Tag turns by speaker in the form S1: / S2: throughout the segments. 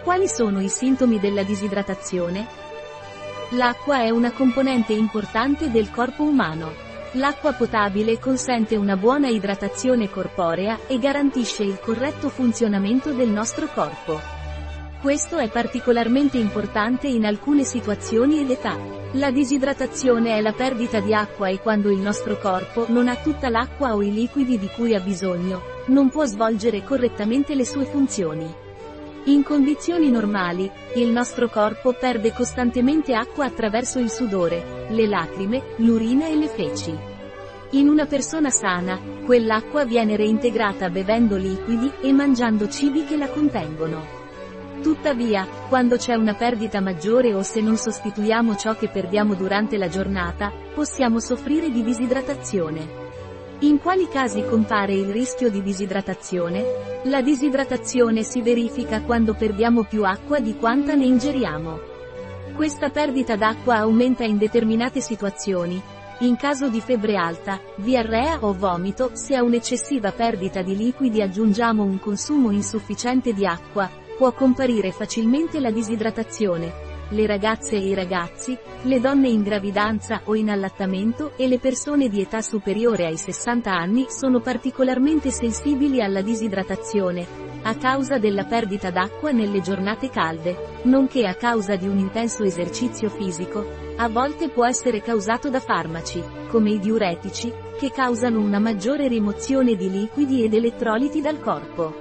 S1: Quali sono i sintomi della disidratazione? L'acqua è una componente importante del corpo umano. L'acqua potabile consente una buona idratazione corporea e garantisce il corretto funzionamento del nostro corpo. Questo è particolarmente importante in alcune situazioni ed età. La disidratazione è la perdita di acqua e quando il nostro corpo non ha tutta l'acqua o i liquidi di cui ha bisogno, non può svolgere correttamente le sue funzioni. In condizioni normali, il nostro corpo perde costantemente acqua attraverso il sudore, le lacrime, l'urina e le feci. In una persona sana, quell'acqua viene reintegrata bevendo liquidi e mangiando cibi che la contengono. Tuttavia, quando c'è una perdita maggiore o se non sostituiamo ciò che perdiamo durante la giornata, possiamo soffrire di disidratazione. In quali casi compare il rischio di disidratazione? La disidratazione si verifica quando perdiamo più acqua di quanta ne ingeriamo. Questa perdita d'acqua aumenta in determinate situazioni. In caso di febbre alta, diarrea o vomito, se a un'eccessiva perdita di liquidi aggiungiamo un consumo insufficiente di acqua, può comparire facilmente la disidratazione. Le ragazze e i ragazzi, le donne in gravidanza o in allattamento e le persone di età superiore ai 60 anni sono particolarmente sensibili alla disidratazione, a causa della perdita d'acqua nelle giornate calde, nonché a causa di un intenso esercizio fisico, a volte può essere causato da farmaci, come i diuretici, che causano una maggiore rimozione di liquidi ed elettroliti dal corpo.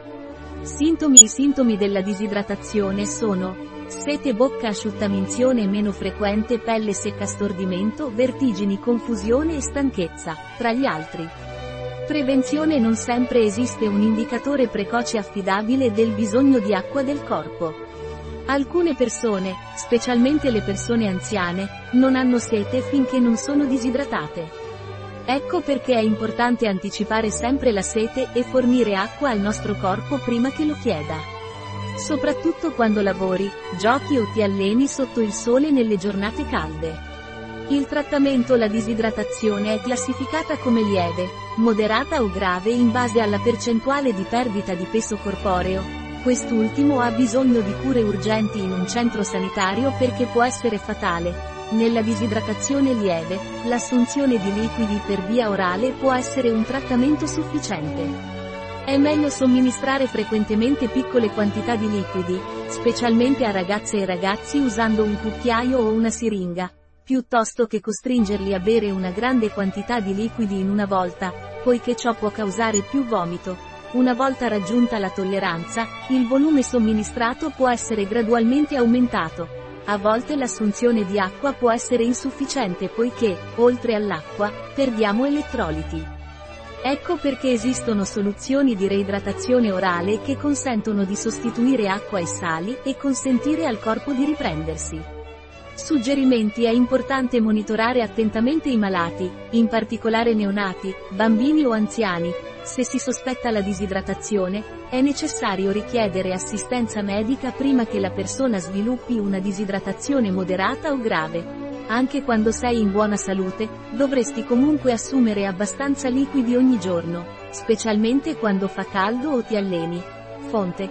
S1: I sintomi della disidratazione sono sete, bocca asciutta, minzione meno frequente, pelle secca, stordimento, vertigini, confusione e stanchezza, tra gli altri. Prevenzione: non sempre esiste un indicatore precoce affidabile del bisogno di acqua del corpo. Alcune persone, specialmente le persone anziane, non hanno sete finché non sono disidratate. Ecco perché è importante anticipare sempre la sete e fornire acqua al nostro corpo prima che lo chieda. Soprattutto quando lavori, giochi o ti alleni sotto il sole nelle giornate calde. Il trattamento: la disidratazione è classificata come lieve, moderata o grave in base alla percentuale di perdita di peso corporeo. Quest'ultimo ha bisogno di cure urgenti in un centro sanitario perché può essere fatale. Nella disidratazione lieve, l'assunzione di liquidi per via orale può essere un trattamento sufficiente. È meglio somministrare frequentemente piccole quantità di liquidi, specialmente a ragazze e ragazzi usando un cucchiaio o una siringa, piuttosto che costringerli a bere una grande quantità di liquidi in una volta, poiché ciò può causare più vomito. Una volta raggiunta la tolleranza, il volume somministrato può essere gradualmente aumentato. A volte l'assunzione di acqua può essere insufficiente poiché, oltre all'acqua, perdiamo elettroliti. Ecco perché esistono soluzioni di reidratazione orale che consentono di sostituire acqua e sali e consentire al corpo di riprendersi. Suggerimenti: è importante monitorare attentamente i malati, in particolare neonati, bambini o anziani. Se si sospetta la disidratazione, è necessario richiedere assistenza medica prima che la persona sviluppi una disidratazione moderata o grave. Anche quando sei in buona salute, dovresti comunque assumere abbastanza liquidi ogni giorno, specialmente quando fa caldo o ti alleni. Fonte: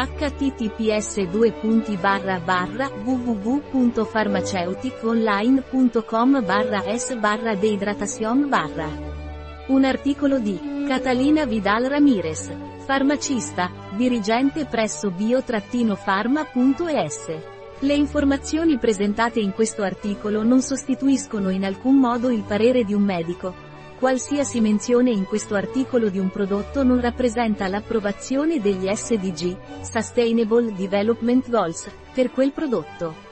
S1: https://www.farmaceuticonline.com/s/deidratación/. Un articolo di Catalina Vidal Ramirez, farmacista, dirigente presso bio-pharma.es. Le informazioni presentate in questo articolo non sostituiscono in alcun modo il parere di un medico. Qualsiasi menzione in questo articolo di un prodotto non rappresenta l'approvazione degli SDG, Sustainable Development Goals, per quel prodotto.